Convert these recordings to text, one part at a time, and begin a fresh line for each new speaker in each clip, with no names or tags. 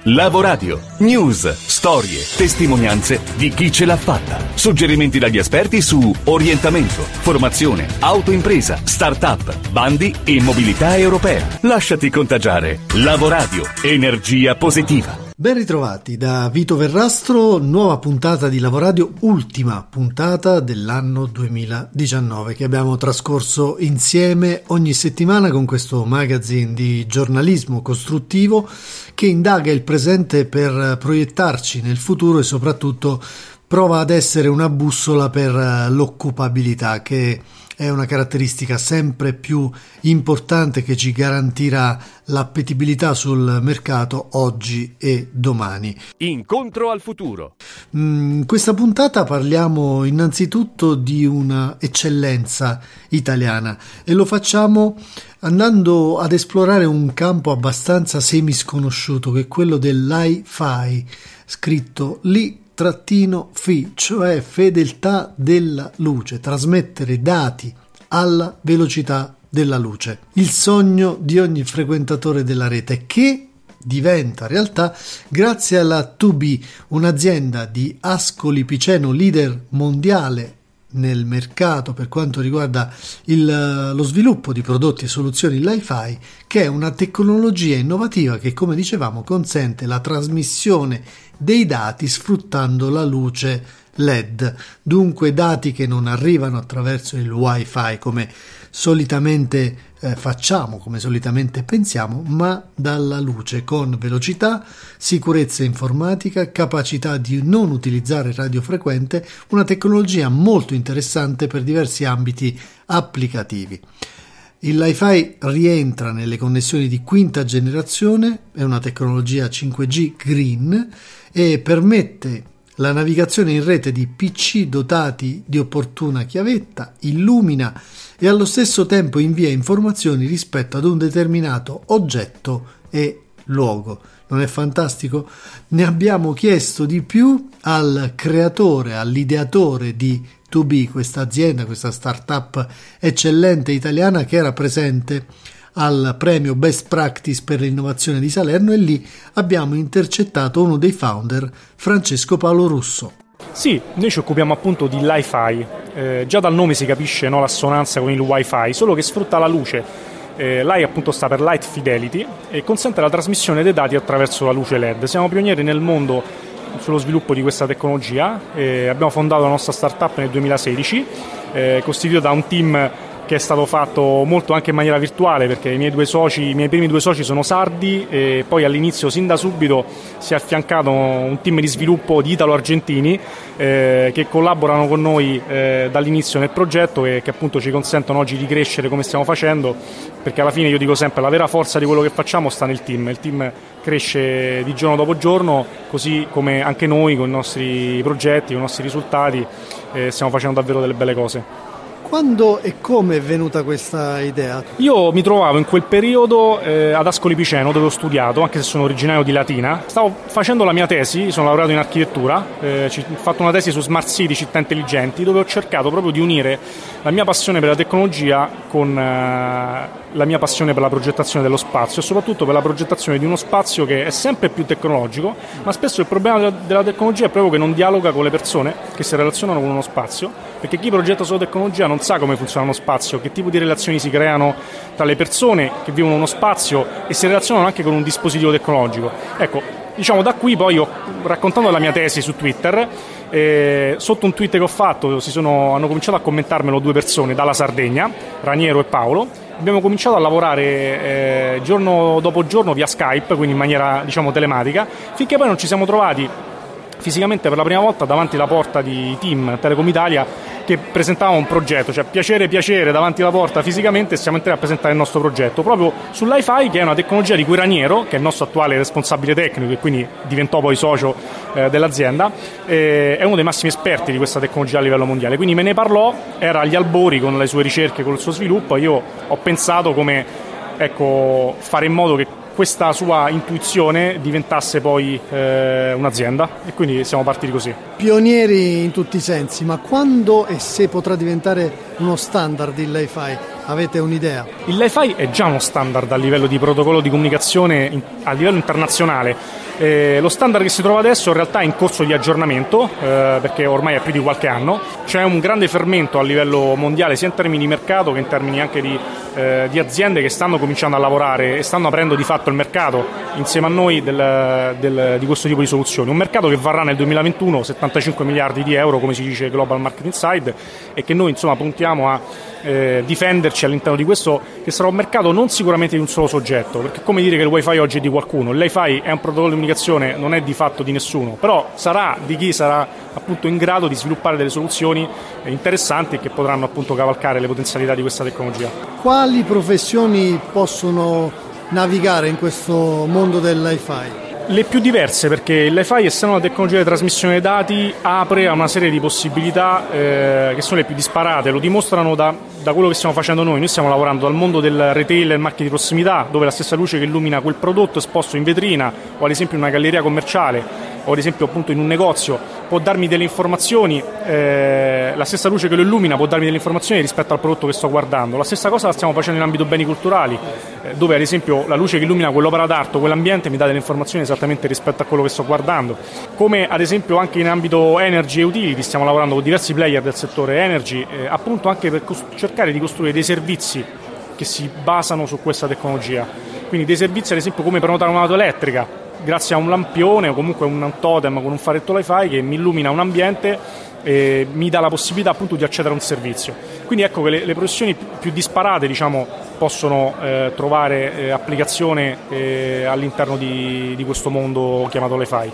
Lavoradio. News, storie, testimonianze di chi ce l'ha fatta. Suggerimenti dagli esperti su orientamento, formazione, autoimpresa, start-up, bandi e mobilità europea. Lasciati contagiare. Lavoradio. Energia positiva.
Ben ritrovati da Vito Verrastro, nuova puntata di Lavoradio, ultima puntata dell'anno 2019 che abbiamo trascorso insieme ogni settimana con questo magazine di giornalismo costruttivo che indaga il presente per proiettarci nel futuro e soprattutto prova ad essere una bussola per l'occupabilità, che è una caratteristica sempre più importante che ci garantirà l'appetibilità sul mercato oggi e domani.
Incontro al futuro.
In questa puntata parliamo innanzitutto di una eccellenza italiana e lo facciamo andando ad esplorare un campo abbastanza semisconosciuto, che è quello dell'Hi-Fi, scritto Li-Fi, cioè fedeltà della luce, trasmettere dati alla velocità della luce. Il sogno di ogni frequentatore della rete, che diventa realtà grazie alla 2B, un'azienda di Ascoli Piceno, leader mondiale nel mercato per quanto riguarda lo sviluppo di prodotti e soluzioni Li-Fi, che è una tecnologia innovativa che, come dicevamo, consente la trasmissione dei dati sfruttando la luce LED, dunque dati che non arrivano attraverso il Wi-Fi come solitamente facciamo, come solitamente pensiamo, ma dalla luce, con velocità, sicurezza informatica, capacità di non utilizzare radiofrequente, una tecnologia molto interessante per diversi ambiti applicativi. Il Li-Fi rientra nelle connessioni di quinta generazione, è una tecnologia 5G green e permette la navigazione in rete di PC dotati di opportuna chiavetta, illumina e allo stesso tempo invia informazioni rispetto ad un determinato oggetto e luogo. Non è fantastico? Ne abbiamo chiesto di più al creatore, all'ideatore di 2B, questa azienda, questa startup eccellente italiana che era presente al premio Best Practice per l'innovazione di Salerno, e lì abbiamo intercettato uno dei founder, Francesco Paolo Russo.
Sì, noi ci occupiamo appunto di Li-Fi, già dal nome si capisce, no, l'assonanza con il Wi-Fi, solo che sfrutta la luce. Li appunto sta per Light Fidelity e consente la trasmissione dei dati attraverso la luce LED. Siamo pionieri nel mondo sullo sviluppo di questa tecnologia, abbiamo fondato la nostra startup nel 2016, costituito da un team che è stato fatto molto anche in maniera virtuale, perché i miei primi due soci sono sardi, e poi all'inizio, sin da subito, si è affiancato un team di sviluppo di italo-argentini che collaborano con noi dall'inizio nel progetto e che appunto ci consentono oggi di crescere come stiamo facendo, perché alla fine io dico sempre la vera forza di quello che facciamo sta nel team. Il team cresce di giorno dopo giorno, così come anche noi con i nostri progetti, con i nostri risultati stiamo facendo davvero delle belle cose.
Quando e come è venuta questa idea?
Io mi trovavo in quel periodo ad Ascoli Piceno, dove ho studiato, anche se sono originario di Latina. Stavo facendo la mia tesi, sono laureato in architettura, ho fatto una tesi su smart city, città intelligenti, dove ho cercato proprio di unire la mia passione per la tecnologia con la mia passione per la progettazione dello spazio, e soprattutto per la progettazione di uno spazio che è sempre più tecnologico, ma spesso il problema della tecnologia è proprio che non dialoga con le persone che si relazionano con uno spazio, perché chi progetta solo tecnologia non sa come funziona uno spazio, che tipo di relazioni si creano tra le persone che vivono uno spazio e si relazionano anche con un dispositivo tecnologico. Ecco, diciamo, da qui poi raccontando la mia tesi su Twitter, sotto un tweet che ho fatto hanno cominciato a commentarmelo due persone dalla Sardegna, Raniero e Paolo. Abbiamo cominciato a lavorare giorno dopo giorno via Skype, quindi in maniera, diciamo, telematica, finché poi non ci siamo trovati fisicamente per la prima volta davanti alla porta di Team Telecom Italia, che presentava un progetto, cioè piacere davanti alla porta fisicamente, e siamo entrati a presentare il nostro progetto proprio sull'Hi-Fi, che è una tecnologia di cui Raniero, che è il nostro attuale responsabile tecnico e quindi diventò poi socio dell'azienda, è uno dei massimi esperti di questa tecnologia a livello mondiale, quindi me ne parlò, era agli albori con le sue ricerche, con il suo sviluppo, e io ho pensato come, ecco, fare in modo che questa sua intuizione diventasse poi un'azienda, e quindi siamo partiti così.
Pionieri in tutti i sensi, ma quando e se potrà diventare uno standard il Li-Fi? Avete un'idea?
Il Li-Fi è già uno standard a livello di protocollo di comunicazione a livello internazionale. Lo standard che si trova adesso in realtà è in corso di aggiornamento, perché ormai è più di qualche anno. C'è un grande fermento a livello mondiale, sia in termini di mercato che in termini anche di aziende che stanno cominciando a lavorare e stanno aprendo di fatto il mercato insieme a noi di questo tipo di soluzioni. Un mercato che varrà nel 2021 75 miliardi di euro, come si dice Global Market Insight, e che noi insomma puntiamo a difenderci all'interno di questo, che sarà un mercato non sicuramente di un solo soggetto, perché come dire che il wifi oggi è di qualcuno, il wifi è un protocollo di comunicazione, non è di fatto di nessuno, però sarà di chi sarà appunto in grado di sviluppare delle soluzioni interessanti e che potranno appunto cavalcare le potenzialità di questa tecnologia.
Quali professioni possono navigare in questo mondo del Wi-Fi?
Le più diverse, perché il Wi-Fi, essendo una tecnologia di trasmissione dei dati, apre a una serie di possibilità che sono le più disparate. Lo dimostrano da quello che stiamo facendo noi. Noi stiamo lavorando dal mondo del retail e il marketing di prossimità, dove la stessa luce che illumina quel prodotto esposto in vetrina o ad esempio in una galleria commerciale o ad esempio appunto in un negozio può darmi delle informazioni, la stessa luce che lo illumina può darmi delle informazioni rispetto al prodotto che sto guardando. La stessa cosa la stiamo facendo in ambito beni culturali, dove ad esempio la luce che illumina quell'opera d'arte o quell'ambiente mi dà delle informazioni esattamente rispetto a quello che sto guardando. Come ad esempio anche in ambito energy e utility stiamo lavorando con diversi player del settore energy, appunto anche per cercare di costruire dei servizi che si basano su questa tecnologia. Quindi dei servizi ad esempio come prenotare un'auto elettrica grazie a un lampione o comunque un totem con un faretto Wi-Fi che mi illumina un ambiente e mi dà la possibilità appunto di accedere a un servizio. Quindi ecco che le professioni più disparate diciamo possono trovare applicazione all'interno di questo mondo chiamato Wi-Fi.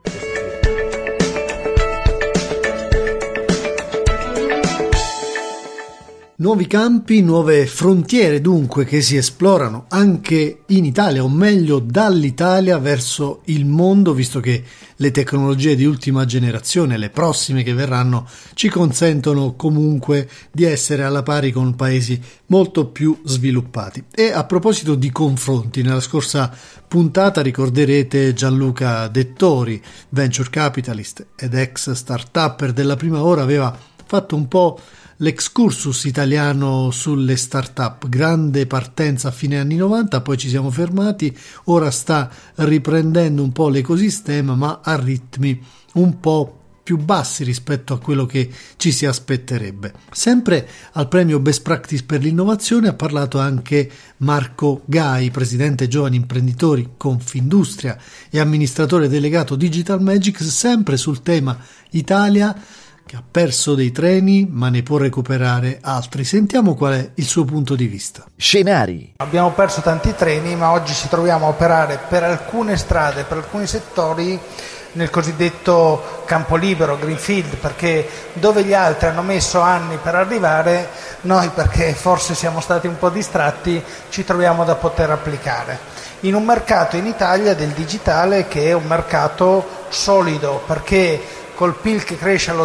Nuovi campi, nuove frontiere dunque che si esplorano anche in Italia, o meglio dall'Italia verso il mondo, visto che le tecnologie di ultima generazione, le prossime che verranno, ci consentono comunque di essere alla pari con paesi molto più sviluppati. E a proposito di confronti, nella scorsa puntata ricorderete Gianluca Dettori, venture capitalist ed ex start-upper della prima ora, aveva fatto un po' l'excursus italiano sulle start-up, grande partenza a fine anni 90, poi ci siamo fermati, ora sta riprendendo un po' l'ecosistema ma a ritmi un po' più bassi rispetto a quello che ci si aspetterebbe. Sempre al premio Best Practice per l'innovazione ha parlato anche Marco Gai, presidente Giovani Imprenditori Confindustria e amministratore delegato Digital Magics, sempre sul tema Italia, che ha perso dei treni ma ne può recuperare altri. Sentiamo qual è il suo punto di vista.
Scenari.
Abbiamo perso tanti treni, ma oggi ci troviamo a operare per alcune strade, per alcuni settori nel cosiddetto campo libero, greenfield, perché dove gli altri hanno messo anni per arrivare, noi, perché forse siamo stati un po' distratti, ci troviamo da poter applicare. In un mercato in Italia del digitale che è un mercato solido, perché col PIL che cresce allo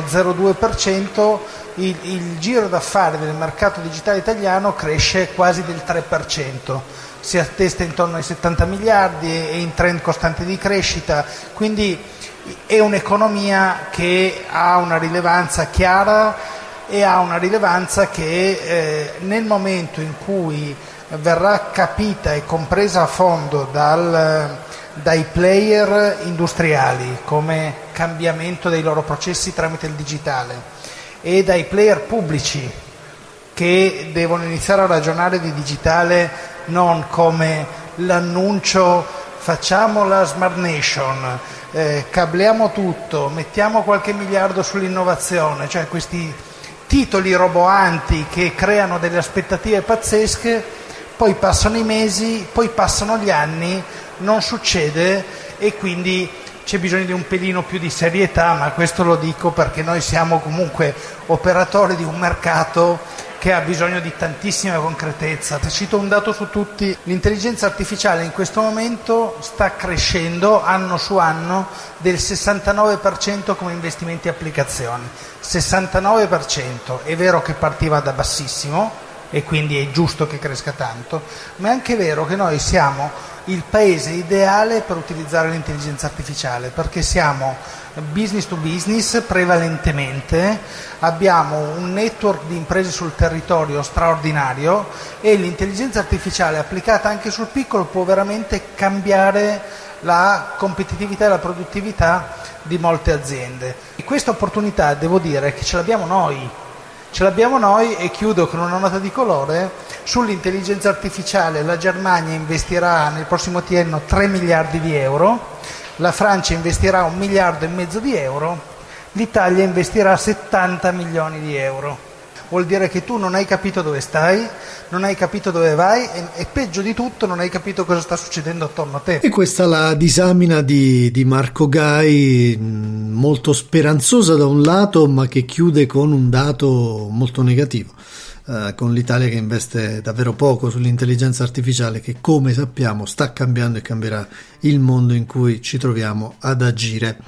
0,2%, il giro d'affari del mercato digitale italiano cresce quasi del 3%, si attesta intorno ai 70 miliardi, è in trend costante di crescita, quindi è un'economia che ha una rilevanza chiara e ha una rilevanza che nel momento in cui verrà capita e compresa a fondo dai player industriali come cambiamento dei loro processi tramite il digitale e dai player pubblici che devono iniziare a ragionare di digitale non come l'annuncio facciamo la Smart Nation, cabliamo tutto, mettiamo qualche miliardo sull'innovazione, cioè questi titoli roboanti che creano delle aspettative pazzesche, poi passano i mesi, poi passano gli anni, non succede e quindi c'è bisogno di un pelino più di serietà, ma questo lo dico perché noi siamo comunque operatori di un mercato che ha bisogno di tantissima concretezza. Ti cito un dato su tutti: l'intelligenza artificiale in questo momento sta crescendo anno su anno del 69% come investimenti e applicazioni, 69%, è vero che partiva da bassissimo e quindi è giusto che cresca tanto, ma è anche vero che noi siamo il paese ideale per utilizzare l'intelligenza artificiale, perché siamo business to business prevalentemente, abbiamo un network di imprese sul territorio straordinario e l'intelligenza artificiale applicata anche sul piccolo può veramente cambiare la competitività e la produttività di molte aziende. E questa opportunità devo dire che ce l'abbiamo noi, e chiudo con una nota di colore. Sull'intelligenza artificiale la Germania investirà nel prossimo triennio 3 miliardi di euro, la Francia investirà 1,5 miliardi di euro, l'Italia investirà 70 milioni di euro. Vuol dire che tu non hai capito dove stai, non hai capito dove vai e peggio di tutto non hai capito cosa sta succedendo attorno a te.
E questa è la disamina di Marco Gai, molto speranzosa da un lato, ma che chiude con un dato molto negativo, con l'Italia che investe davvero poco sull'intelligenza artificiale, che come sappiamo sta cambiando e cambierà il mondo in cui ci troviamo ad agire.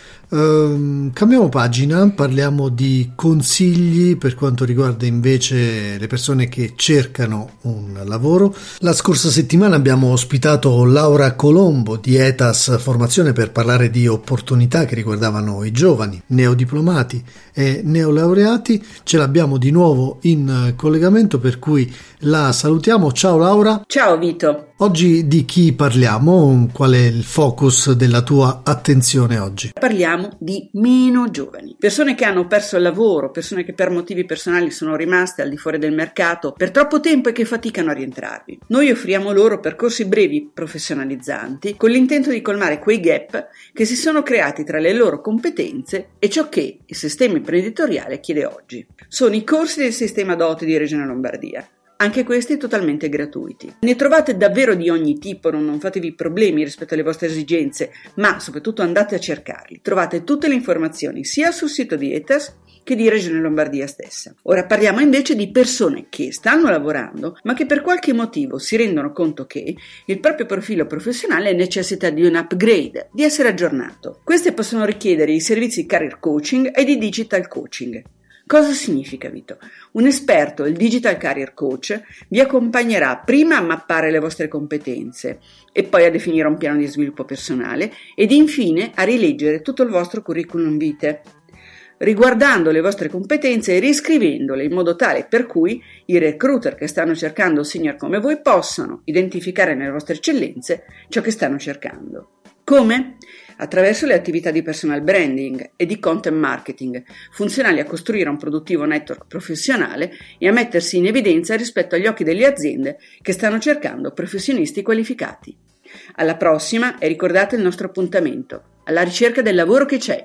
Cambiamo pagina, parliamo di consigli per quanto riguarda invece le persone che cercano un lavoro. La scorsa settimana abbiamo ospitato Laura Colombo di ETAS Formazione per parlare di opportunità che riguardavano i giovani, neodiplomati e neolaureati. Ce l'abbiamo di nuovo in collegamento, per cui la salutiamo. Ciao Laura.
Ciao Vito.
Oggi di chi parliamo? Qual è il focus della tua attenzione oggi?
Parliamo di meno giovani, persone che hanno perso il lavoro, persone che per motivi personali sono rimaste al di fuori del mercato per troppo tempo e che faticano a rientrarvi. Noi offriamo loro percorsi brevi professionalizzanti con l'intento di colmare quei gap che si sono creati tra le loro competenze e ciò che il sistema imprenditoriale chiede oggi. Sono i corsi del sistema DOTE di Regione Lombardia. Anche questi totalmente gratuiti. Ne trovate davvero di ogni tipo, non fatevi problemi rispetto alle vostre esigenze, ma soprattutto andate a cercarli. Trovate tutte le informazioni sia sul sito di ETAS che di Regione Lombardia stessa. Ora parliamo invece di persone che stanno lavorando, ma che per qualche motivo si rendono conto che il proprio profilo professionale necessita di un upgrade, di essere aggiornato. Queste possono richiedere i servizi di career coaching e di digital coaching. Cosa significa, Vito? Un esperto, il Digital Career Coach, vi accompagnerà prima a mappare le vostre competenze e poi a definire un piano di sviluppo personale ed infine a rileggere tutto il vostro curriculum vitae, riguardando le vostre competenze e riscrivendole in modo tale per cui i recruiter che stanno cercando senior come voi possano identificare nelle vostre eccellenze ciò che stanno cercando. Come? Attraverso le attività di personal branding e di content marketing, funzionali a costruire un produttivo network professionale e a mettersi in evidenza rispetto agli occhi delle aziende che stanno cercando professionisti qualificati. Alla prossima e ricordate il nostro appuntamento, alla ricerca del lavoro che c'è.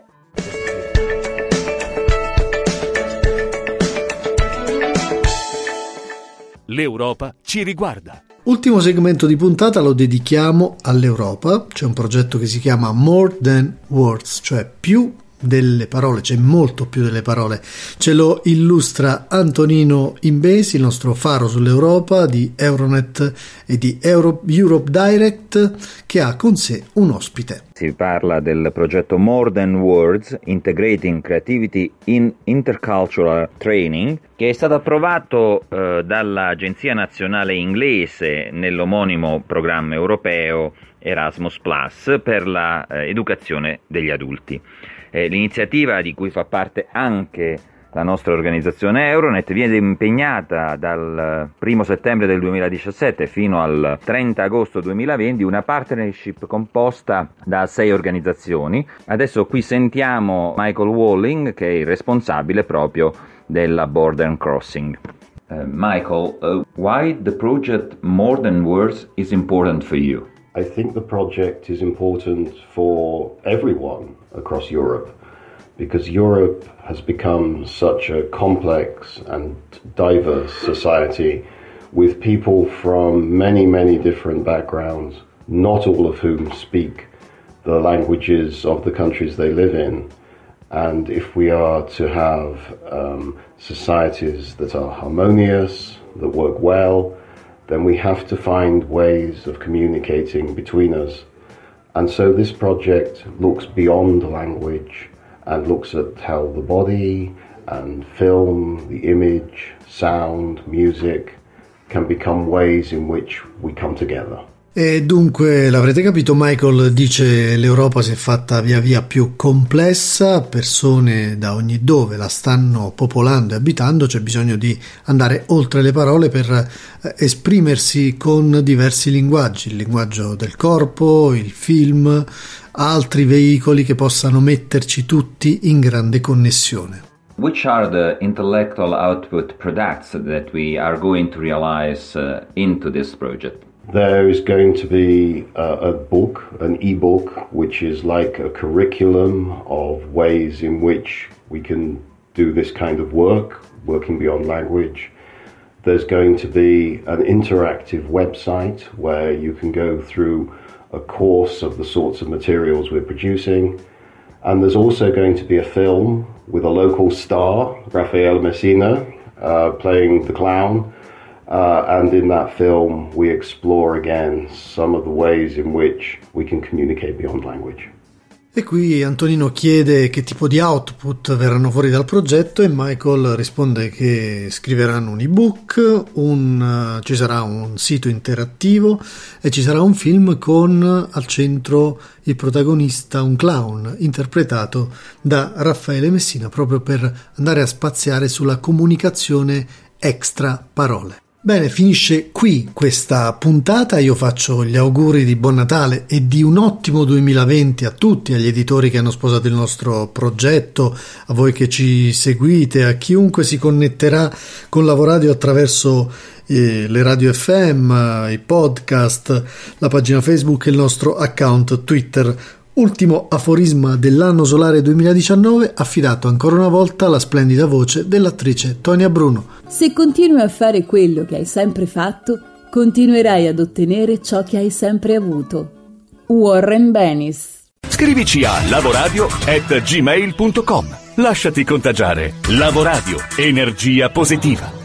L'Europa ci riguarda.
Ultimo segmento di puntata lo dedichiamo all'Europa. C'è un progetto che si chiama More Than Words, cioè più delle parole, c'è molto più delle parole. Ce lo illustra Antonino Imbesi, il nostro faro sull'Europa di Euronet e di Europe Direct, che ha con sé un ospite.
Si parla del progetto More Than Words, Integrating Creativity in Intercultural Training, che è stato approvato dall'Agenzia Nazionale Inglese nell'omonimo programma europeo Erasmus Plus per l'educazione degli adulti. L'iniziativa, di cui fa parte anche la nostra organizzazione Euronet, viene impegnata dal 1 settembre del 2017 fino al 30 agosto 2020, una partnership composta da 6 organizzazioni. Adesso qui sentiamo Michael Walling, che è il responsabile proprio della Border Crossing. Michael, why the project More Than Words is important for you?
I think the project is important for everyone across Europe, because Europe has become such a complex and diverse society with people from many, many different backgrounds, not all of whom speak the languages of the countries they live in. And if we are to have societies that are harmonious, that work well, then we have to find ways of communicating between us. And so this project looks beyond language and looks at how the body and film, the image, sound, music can become ways in which we come together.
E dunque, l'avrete capito, Michael dice l'Europa si è fatta via via più complessa, persone da ogni dove la stanno popolando e abitando, c'è bisogno di andare oltre le parole per esprimersi con diversi linguaggi, il linguaggio del corpo, il film, altri veicoli che possano metterci tutti in grande connessione.
Which are the intellectual output products that we are going to realize into this project?
There is going to be a book, an e-book, which is like a curriculum of ways in which we can do this kind of work, working beyond language. There's going to be an interactive website where you can go through a course of the sorts of materials we're producing. And there's also going to be a film with a local star, Rafael Messina, playing the clown. And in that film we explore again some of the ways in which we can communicate beyond language.
E qui Antonino chiede che tipo di output verranno fuori dal progetto e Michael risponde che scriveranno un ebook, ci sarà un sito interattivo e ci sarà un film con al centro il protagonista, un clown interpretato da Raffaele Messina, proprio per andare a spaziare sulla comunicazione extra parole. Bene, finisce qui questa puntata, io faccio gli auguri di buon Natale e di un ottimo 2020 a tutti, agli editori che hanno sposato il nostro progetto, a voi che ci seguite, a chiunque si connetterà con Lavoradio attraverso le radio FM, i podcast, la pagina Facebook e il nostro account Twitter. Ultimo aforisma dell'anno solare 2019, affidato ancora una volta alla splendida voce dell'attrice Tonia Bruno.
Se continui a fare quello che hai sempre fatto, continuerai ad ottenere ciò che hai sempre avuto. Warren Bennis.
Scrivici a lavoradio@gmail.com. Lasciati contagiare. Lavoradio, energia positiva.